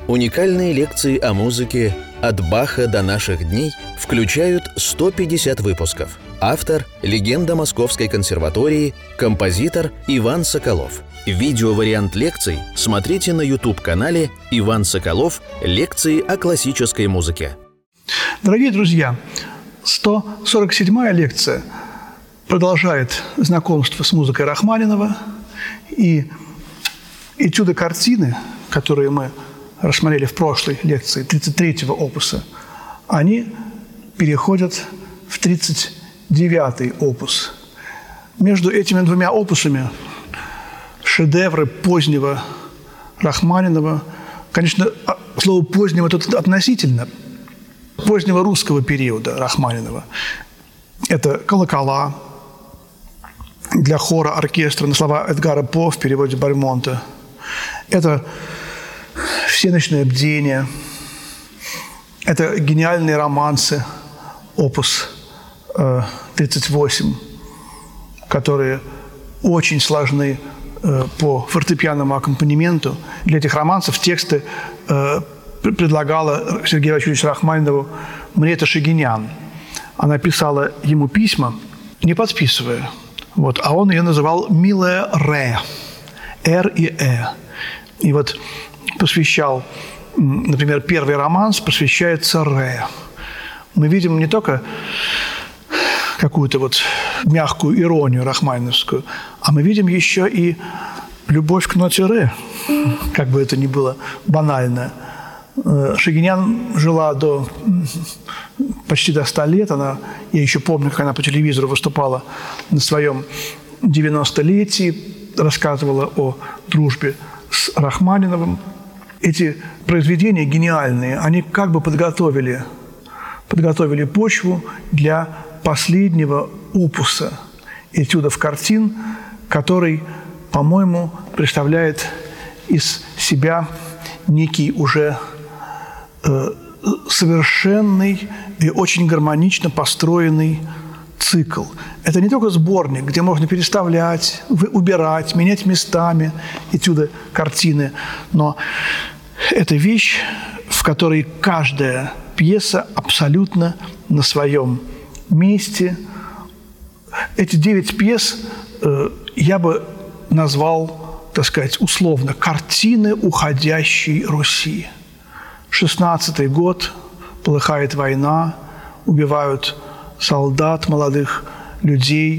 Уникальные лекции о музыке «От Баха до наших дней» включают 150 выпусков. Автор – легенда Московской консерватории, композитор Иван Соколов. Видеовариант лекций смотрите на YouTube-канале «Иван Соколов. Лекции о классической музыке». Дорогие друзья, 147-я лекция продолжает знакомство с музыкой Рахманинова, и этюды картины, которые мы рассмотрели в прошлой лекции 33-го опуса, они переходят в 39-й опус. Между этими двумя опусами шедевры позднего Рахманинова, конечно, слово «позднего» тут относительно, позднего русского периода Рахманинова. Это «Колокола» для хора, оркестра на слова Эдгара По в переводе Бальмонта. Это «Всеночное бдение». Это гениальные романсы, опус 38, которые очень сложны по фортепианному аккомпанементу. Для этих романсов тексты предлагала Сергею Васильевичу Рахманинову Мрета Шагинян. Она писала ему письма, не подписывая. А он ее называл «Милая Ре», «Р» и «Э». И посвящал, например, первый романс посвящается Ре. Мы видим не только какую-то мягкую иронию рахманиновскую, а мы видим еще и любовь к ноте Ре, как бы это ни было банально. Шагинян жила почти до 100 лет. Я еще помню, как она по телевизору выступала на своем 90-летии, рассказывала о дружбе с Рахманиновым. Эти произведения гениальные, они как бы подготовили почву для последнего опуса этюдов картин, который, по-моему, представляет из себя некий уже совершенный и очень гармонично построенный цикл. Это не только сборник, где можно переставлять, убирать, менять местами этюды картины, но это вещь, в которой каждая пьеса абсолютно на своем месте. Эти 9 пьес я бы назвал, так сказать, условно, картины уходящей Руси. 16-й год, полыхает война, убивают солдат, молодых людей.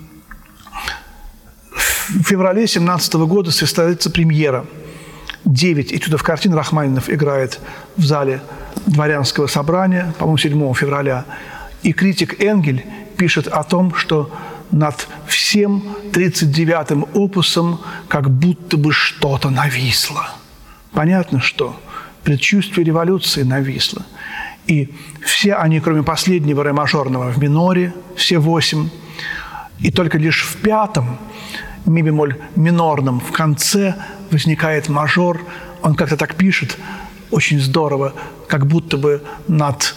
В феврале 17-го года состоится премьера. 9 этюдов картин Рахманинов играет в зале Дворянского собрания, по-моему, 7 февраля. И критик Энгель пишет о том, что над всем 39-м опусом как будто бы что-то нависло. Понятно, что предчувствие революции нависло. И все они, кроме последнего ре мажорного в миноре, все 8, и только лишь в 5-м, ми бемоль минорном, в конце возникает мажор. Он как-то так пишет, очень здорово, как будто бы над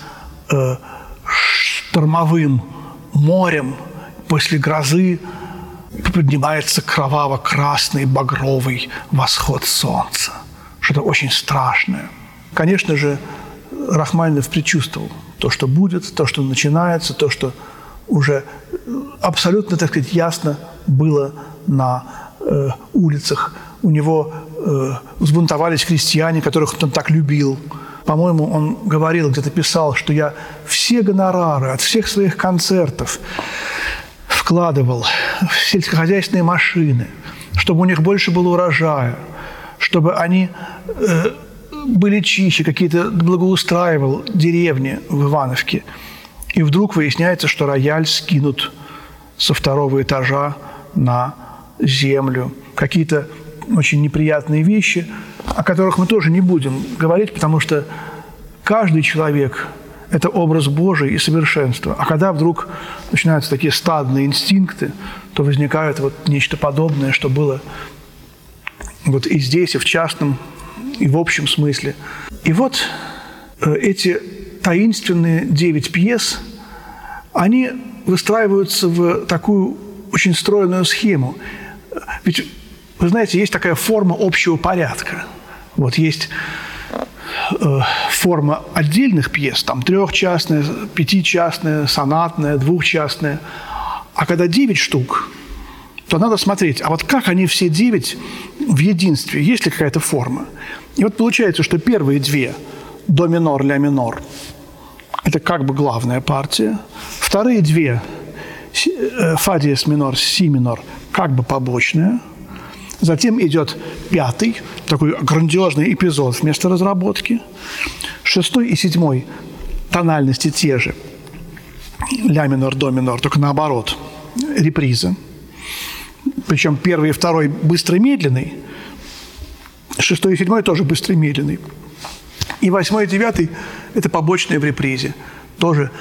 штормовым морем после грозы поднимается кроваво-красный багровый восход солнца. Что-то очень страшное. Конечно же, Рахманинов предчувствовал то, что будет, то, что начинается, то, что уже абсолютно, так сказать, ясно было на улицах. У него взбунтовались крестьяне, которых он так любил. По-моему, он говорил, где-то писал, что я все гонорары от всех своих концертов вкладывал в сельскохозяйственные машины, чтобы у них больше было урожая, чтобы они были чище, какие-то благоустраивал деревни в Ивановке. И вдруг выясняется, что рояль скинут со 2-го этажа на землю. Какие-то очень неприятные вещи, о которых мы тоже не будем говорить, потому что каждый человек – это образ Божий и совершенство. А когда вдруг начинаются такие стадные инстинкты, то возникает нечто подобное, что было и здесь, и в частном, и в общем смысле. И эти таинственные 9 пьес, они выстраиваются в такую очень стройную схему. Ведь, вы знаете, есть такая форма общего порядка. Есть форма отдельных пьес, там трехчастная, пятичастная, сонатная, двухчастная. А когда 9 штук, то надо смотреть, а вот как они все 9 в единстве, есть ли какая-то форма. И вот получается, что первые 2 – до минор, ля минор – это как бы главная партия. Вторые 2 – фа диез минор, си минор – как бы побочная. Затем идет 5-й, такой грандиозный эпизод вместо разработки. 6-й и 7-й тональности те же. Ля минор, до минор, только наоборот. Реприза. Причем 1-й и 2-й быстро медленный. 6-й и 7-й тоже быстро медленный. И 8-й и 9-й – это побочные в репризе. Тоже.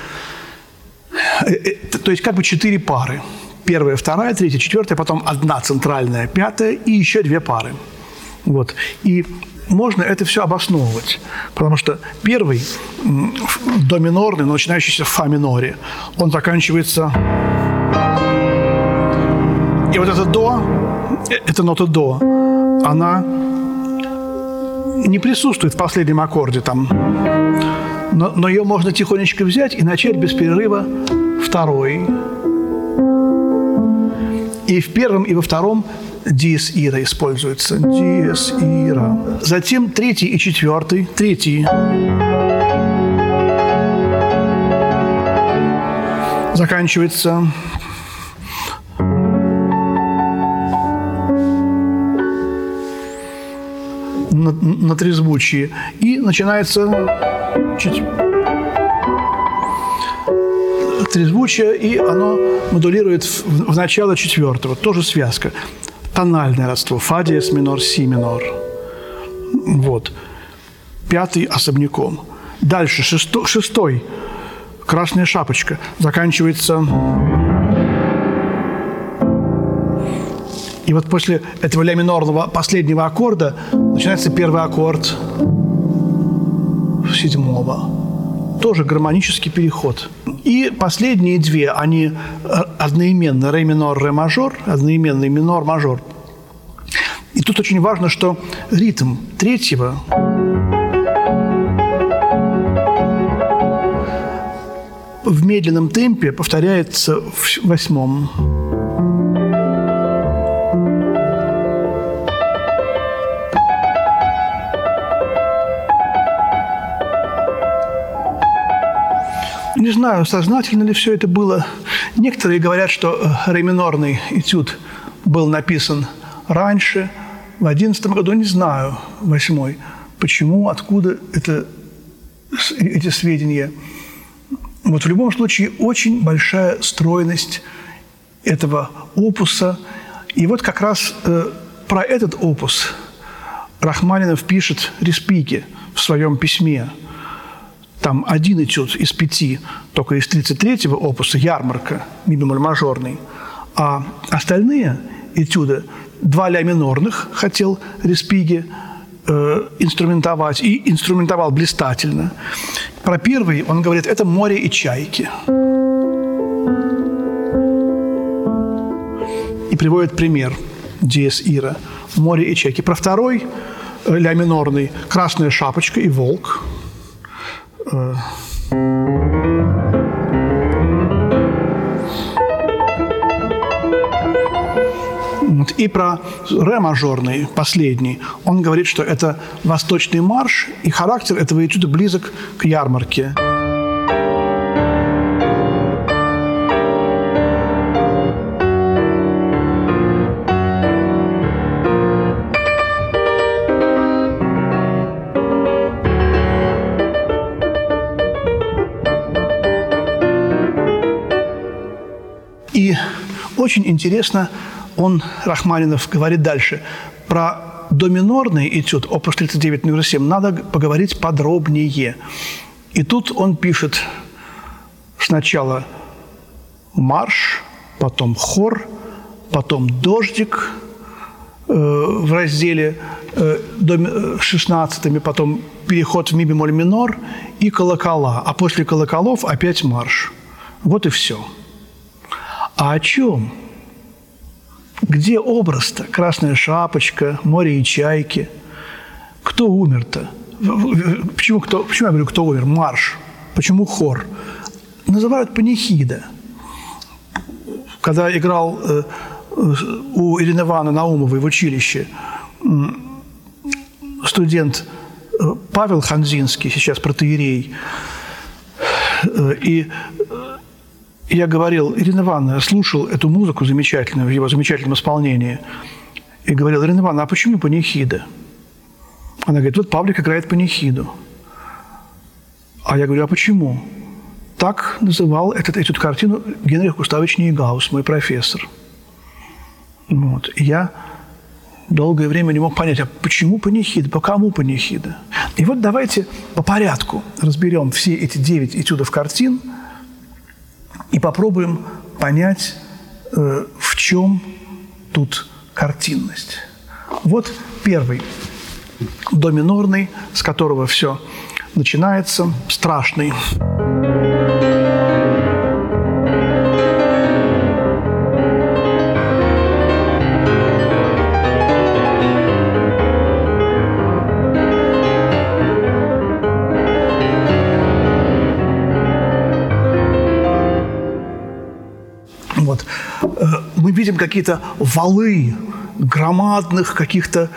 То есть как бы 4 пары. 1-я, 2-я, 3-я, 4-я, потом 1 центральная, 5-я и еще 2 пары. Вот. И можно это все обосновывать, потому что 1-й, до минорный, но начинающийся в фа миноре, он заканчивается... И вот это до, эта нота до, она не присутствует в последнем аккорде там, но ее можно тихонечко взять и начать без перерыва 2-й. И в 1-м, и во 2-м диез ира используется. Диез ира. Затем 3-й и 4-й. 3-й заканчивается на трезвучии. И начинается трезвучие, и оно модулирует в начало 4-го. Тоже связка. Тональное родство. Фа диез минор, си минор. Вот. 5-й особняком. Дальше 6-й. Красная шапочка. Заканчивается... И вот после этого ля минорного последнего аккорда начинается 1-й аккорд 7-го. Тоже гармонический переход. И последние 2, они одноименно ре минор, ре мажор, одноименный минор, мажор. И тут очень важно, что ритм 3-го в медленном темпе повторяется в 8-м. Не знаю, сознательно ли все это было. Некоторые говорят, что ре минорный этюд был написан раньше, в 11 году. Не знаю, 8-й. Почему, откуда эти сведения. Вот в любом случае очень большая стройность этого опуса. И вот как раз про этот опус Рахманинов пишет Респиге в своем письме. Там 1 этюд из 5, только из 33-го опуса, ярмарка, ми бемоль мажорный. А остальные этюды 2 ля минорных хотел Респиге инструментовать, и инструментовал блистательно. Про 1-й он говорит, это море и чайки. И приводит пример диез ира, море и чайки. Про 2-й ля минорный, красная шапочка и волк. И про ре мажорный, последний, он говорит, что это восточный марш, и характер этого этюда близок к ярмарке. И очень интересно, Рахманинов говорит дальше. Про доминорный этюд, опус 39, номер 7, надо поговорить подробнее. И тут он пишет сначала марш, потом хор, потом дождик в разделе 16, потом переход в ми бемоль минор и колокола. А после колоколов опять марш. Вот и все. А о чем? Где образ-то? Красная шапочка, море и чайки. Кто умер-то? Почему я говорю, кто умер? Марш. Почему хор? Называют панихида. Когда играл у Ирины Ивановны Наумовой в училище студент Павел Ханзинский, сейчас протоиерей, и я говорил: Ирина Ивановна, я слушал эту музыку замечательную, в его замечательном исполнении, и говорил: Ирина Ивановна, а почему панихида? Она говорит: вот Павлик играет панихиду. А я говорю: а почему? Так называл эту картину Генрих Густавович Нейгаус, мой профессор. Вот. И я долгое время не мог понять, а почему панихида, по кому панихида? И вот давайте по порядку разберем все эти 9 этюдов картин и попробуем понять, в чем тут картинность. Вот первый, до минорный, с которого все начинается, страшный. Вот. Мы видим какие-то валы громадных каких-то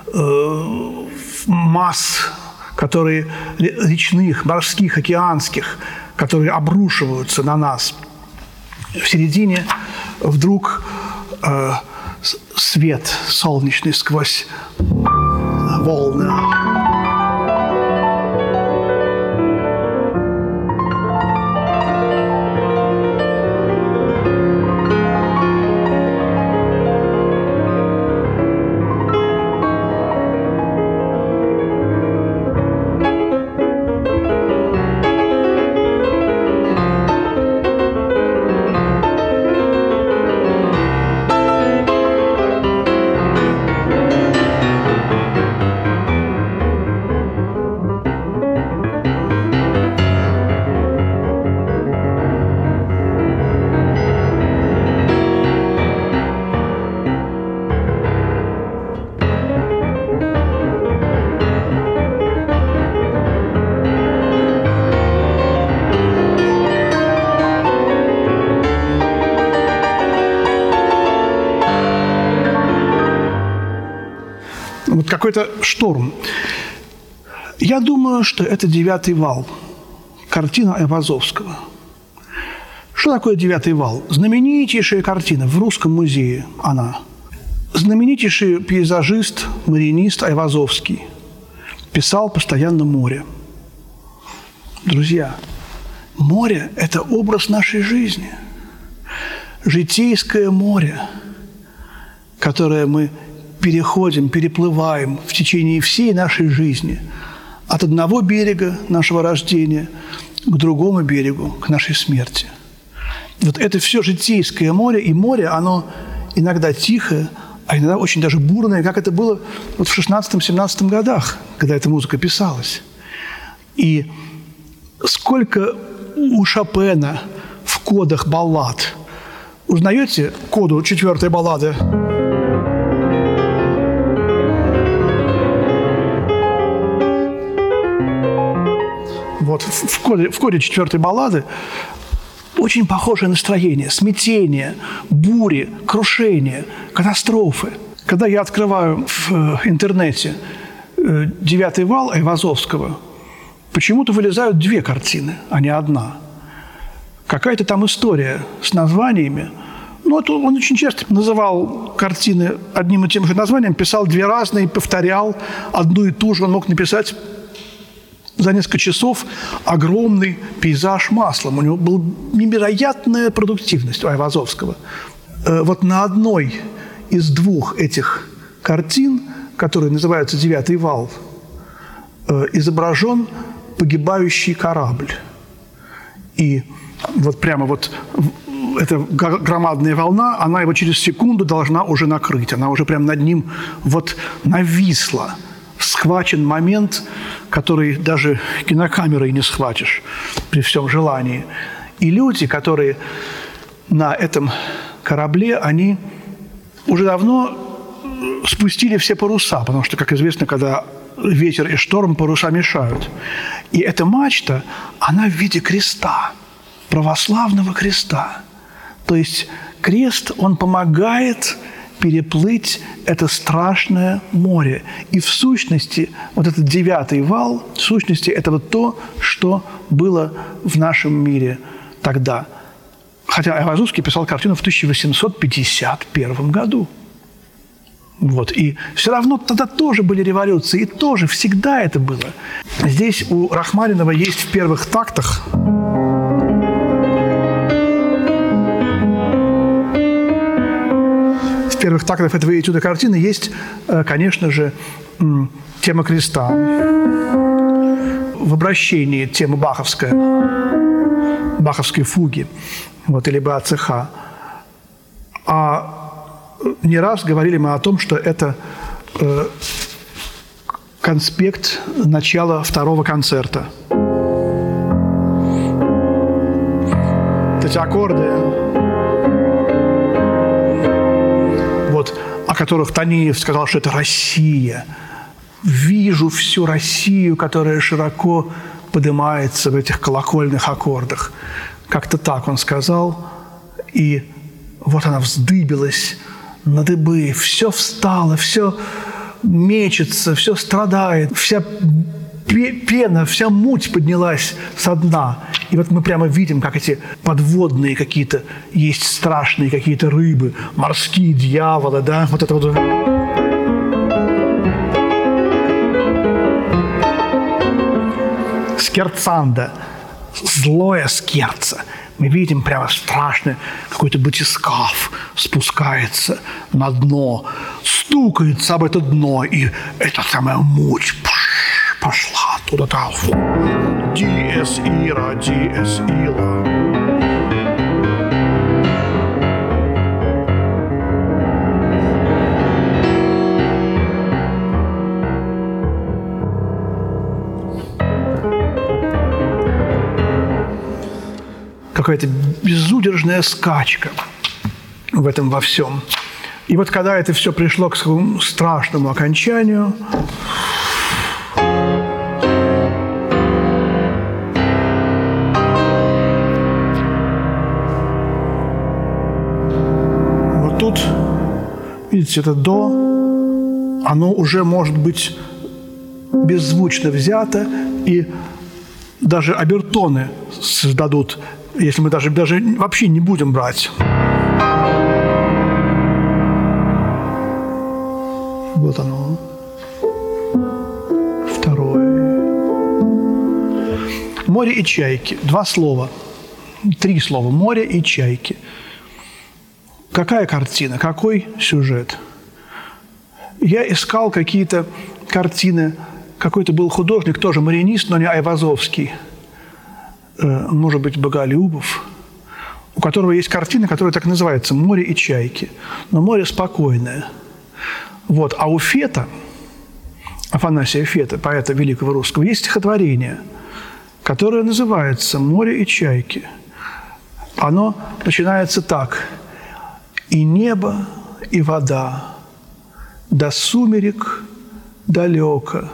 масс, которые речных, морских, океанских, которые обрушиваются на нас. В середине вдруг свет солнечный сквозь волны. Вот какой-то шторм. Я думаю, что это «Девятый вал», картина Айвазовского. Что такое «Девятый вал»? Знаменитейшая картина в Русском музее она. Знаменитейший пейзажист, маринист Айвазовский писал постоянно море. Друзья, море – это образ нашей жизни. Житейское море, которое мы переходим, переплываем в течение всей нашей жизни от одного берега нашего рождения к другому берегу, к нашей смерти. Вот это все житейское море, и море, оно иногда тихое, а иногда очень даже бурное, как это было вот в 16-17 годах, когда эта музыка писалась. И сколько у Шопена в кодах баллад. Узнаете коду 4-й баллады? Вот в коде 4-й баллады очень похожее настроение, смятение, бури, крушение, катастрофы. Когда я открываю в интернете «Девятый вал» Айвазовского, почему-то вылезают 2 картины, а не одна. Какая-то там история с названиями. Ну, это он очень часто называл картины одним и тем же названием, писал 2 разные, повторял одну и ту же. Он мог написать за несколько часов огромный пейзаж маслом. У него была невероятная продуктивность у Айвазовского. Вот на одной из 2 этих картин, которые называются «Девятый вал», изображен погибающий корабль. И вот прямо вот эта громадная волна, она его через секунду должна уже накрыть. Она уже прямо над ним вот нависла. Схвачен момент, который даже кинокамерой не схватишь при всем желании. И люди, которые на этом корабле, они уже давно спустили все паруса, потому что, как известно, когда ветер и шторм паруса мешают. И эта мачта, она в виде креста, православного креста. То есть крест, он помогает переплыть это страшное море. И в сущности, вот этот 9-й вал, в сущности, это вот то, что было в нашем мире тогда. Хотя Айвазовский писал картину в 1851 году. Вот. И все равно тогда тоже были революции, и тоже всегда это было. Здесь у Рахманинова есть в первых тактах этого этюда картины есть, конечно же, тема креста. В обращении тема баховской фуги, вот, или БАЦХ. А не раз говорили мы о том, что это конспект начала второго концерта. Эти аккорды, вот, о которых Танеев сказал, что это Россия. Вижу всю Россию, которая широко поднимается в этих колокольных аккордах. Как-то так он сказал. И вот она вздыбилась на дыбы, все встало, все мечется, все страдает, вся пена, вся муть поднялась со дна. И вот мы прямо видим, как эти подводные какие-то, есть страшные какие-то рыбы, морские дьяволы, да, вот это вот. Скерцанда, злое скерца. Мы видим прямо страшный какой-то батискаф спускается на дно, стукается об это дно, и эта самая муть пошла туда-то. Диэс ира, диэс ила. Какая-то безудержная скачка в этом во всем. И вот когда это все пришло к своему страшному окончанию, вот тут, видите, это до, оно уже может быть беззвучно взято, и даже обертоны создадут, если мы даже вообще не будем брать. Вот оно. Второе. Море и чайки. 2 слова. 3 слова. Море и чайки. Какая картина? Какой сюжет? Я искал какие-то картины. Какой-то был художник, тоже маринист, но не Айвазовский. Может быть, Боголюбов, у которого есть картина, которая так называется «Море и чайки». Но море спокойное. Вот. А у Фета, Афанасия Фета, поэта великого русского, есть стихотворение, которое называется «Море и чайки». Оно начинается так: «И небо, и вода, до сумерек далеко».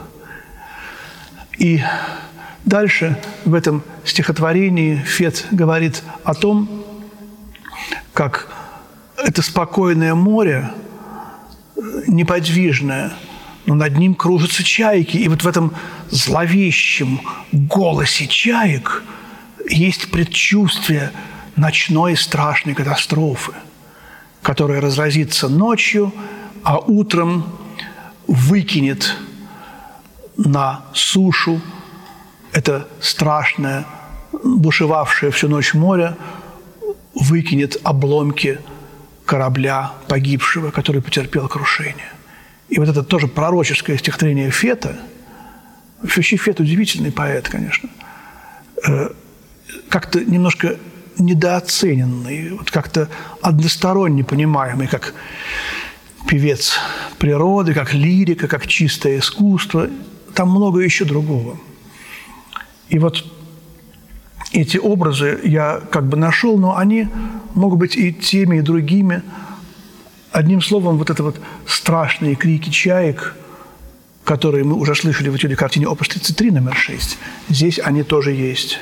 И дальше в этом стихотворении Фет говорит о том, как это спокойное море, неподвижное, но над ним кружатся чайки. И вот в этом зловещем голосе чаек есть предчувствие ночной страшной катастрофы, которая разразится ночью, а утром выкинет на сушу это страшное, бушевавшее всю ночь море, выкинет обломки корабля погибшего, который потерпел крушение. И вот это тоже пророческое стихотворение Фета. Вообще Фет удивительный поэт, конечно. Как-то немножко недооцененный, вот как-то односторонне понимаемый, как певец природы, как лирика, как чистое искусство. Там много еще другого. И вот эти образы я как бы нашел, но они могут быть и теми, и другими. Одним словом, вот это вот страшные крики чаек, которые мы уже слышали в этюде картине опус 33 номер 6, здесь они тоже есть.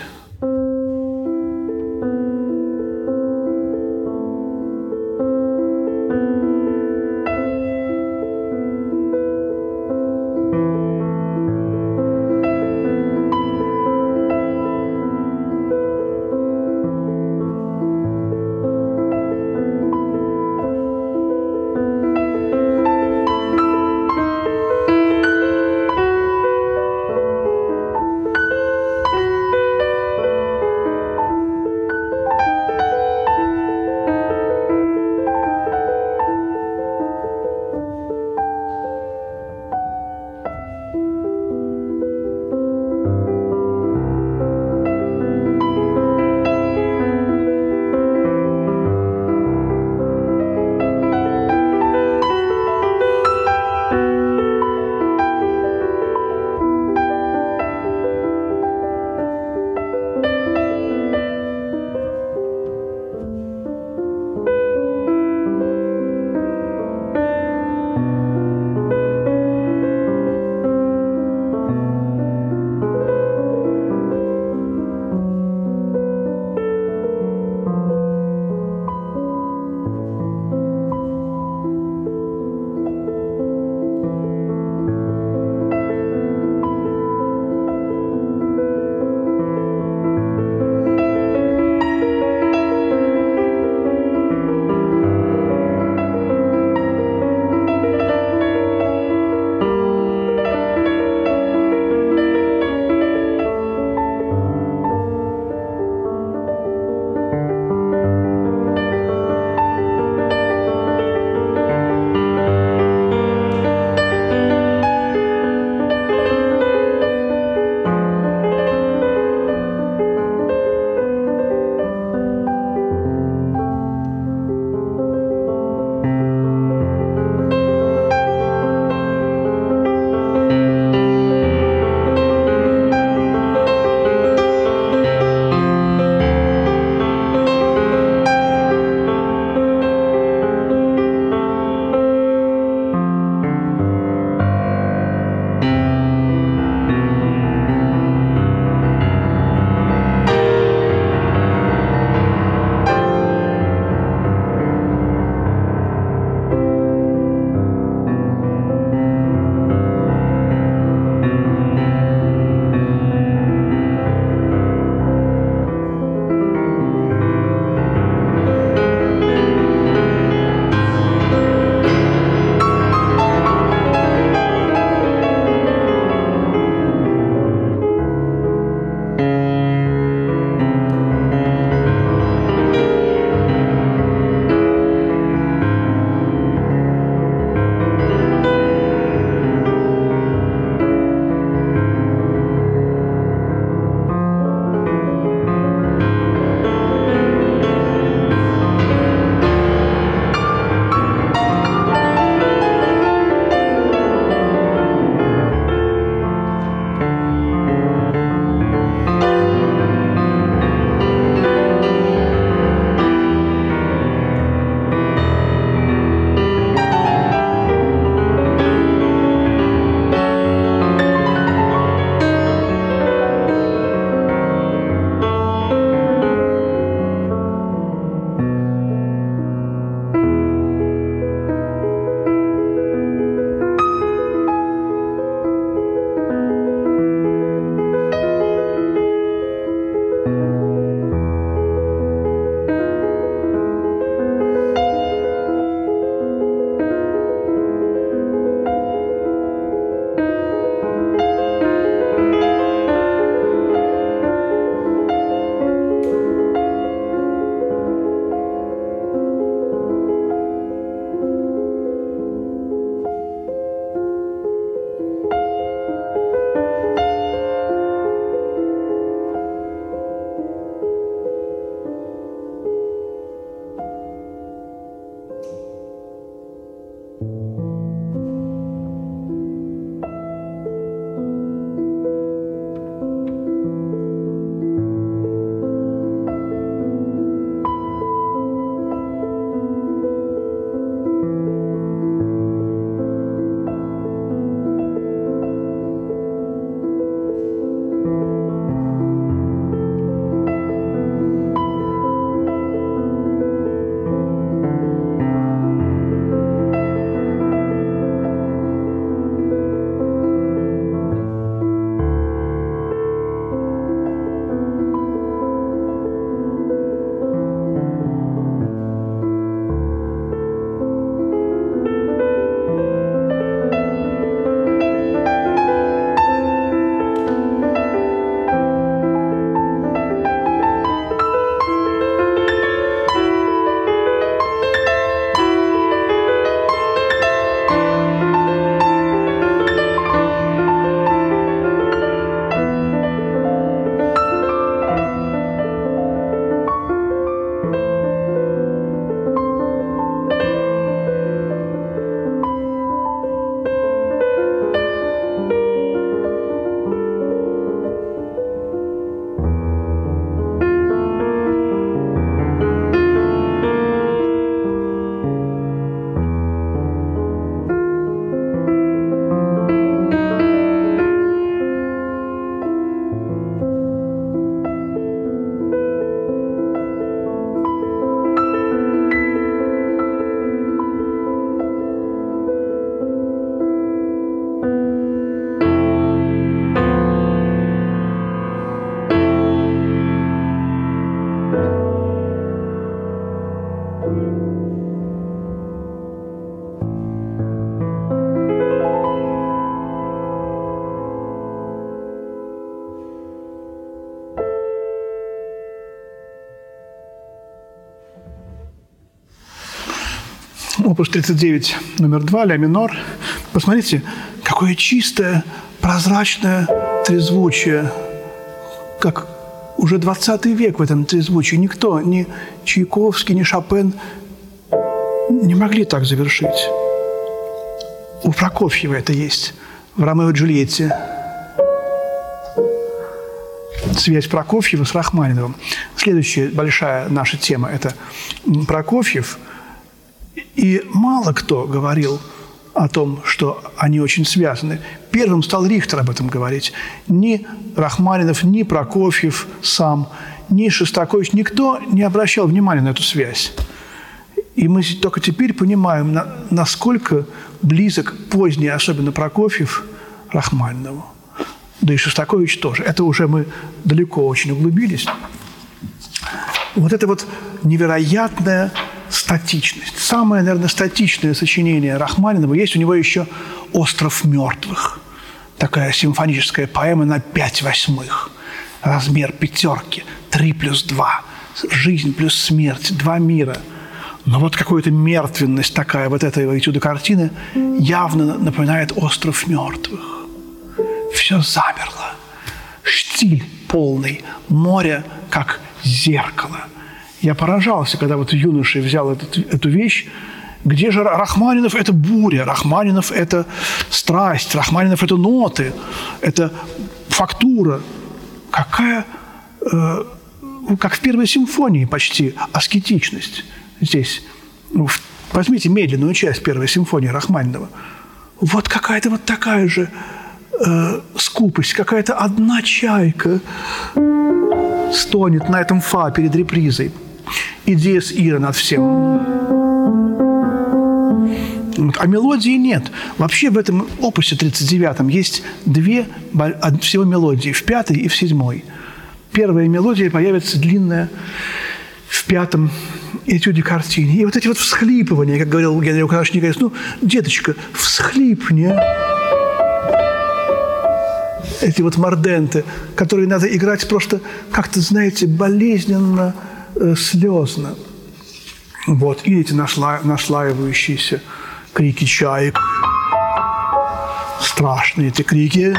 опус 39, номер 2, ля минор. Посмотрите, какое чистое, прозрачное трезвучие, как уже 20 век в этом трезвучии. Никто, ни Чайковский, ни Шопен не могли так завершить. У Прокофьева это есть в «Ромео и Джульетте». Связь Прокофьева с Рахманиновым. Следующая большая наша тема – это Прокофьев. И мало кто говорил о том, что они очень связаны. Первым стал Рихтер об этом говорить. Ни Рахманинов, ни Прокофьев сам, ни Шостакович, никто не обращал внимания на эту связь. И мы только теперь понимаем, насколько близок поздний, особенно Прокофьев, Рахманинову. Да и Шостакович тоже. Это уже мы далеко очень углубились. Вот это вот невероятная статичность. Самое, наверное, статичное сочинение Рахманинова есть у него еще «Остров мертвых». Такая симфоническая поэма на 5/8. Размер пятерки. 3+2. Жизнь плюс смерть. 2 мира. Но вот какая-то мертвенность такая вот этой этюда картины явно напоминает «Остров мертвых». Все замерло. Штиль полный. Море как зеркало. Я поражался, когда вот юноша взял эту вещь. Где же Рахманинов – это буря, Рахманинов – это страсть, Рахманинов – это ноты, это фактура. Какая, как в первой симфонии почти, аскетичность здесь. Возьмите медленную часть первой симфонии Рахманинова. Вот какая-то вот такая же скупость, какая-то одна чайка стонет на этом фа перед репризой. И диез ира над всем. А мелодии нет. Вообще в этом опусе 39-м есть 2 всего мелодии, в 5-й и в 7-й. Первая мелодия появится длинная в 5-м этюде картине. И вот эти вот всхлипывания, как говорил Генрих Лукаш Николаевич, ну, деточка, всхлипни. Эти вот морденты, которые надо играть просто как-то, знаете, болезненно, слезно. Вот. И эти наслаивающиеся крики чаек. Страшные эти крики.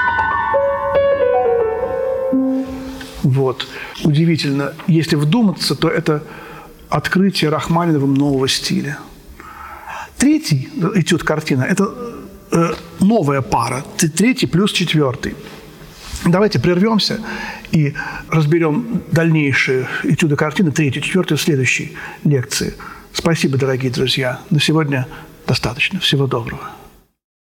Вот. Удивительно. Если вдуматься, то это открытие Рахманиновым нового стиля. 3-й этюд картина – это новая пара. 3-й плюс 4-й. Давайте прервемся и разберем дальнейшие этюды картины, 3-й, 4-й в следующей лекции. Спасибо, дорогие друзья. На сегодня достаточно. Всего доброго.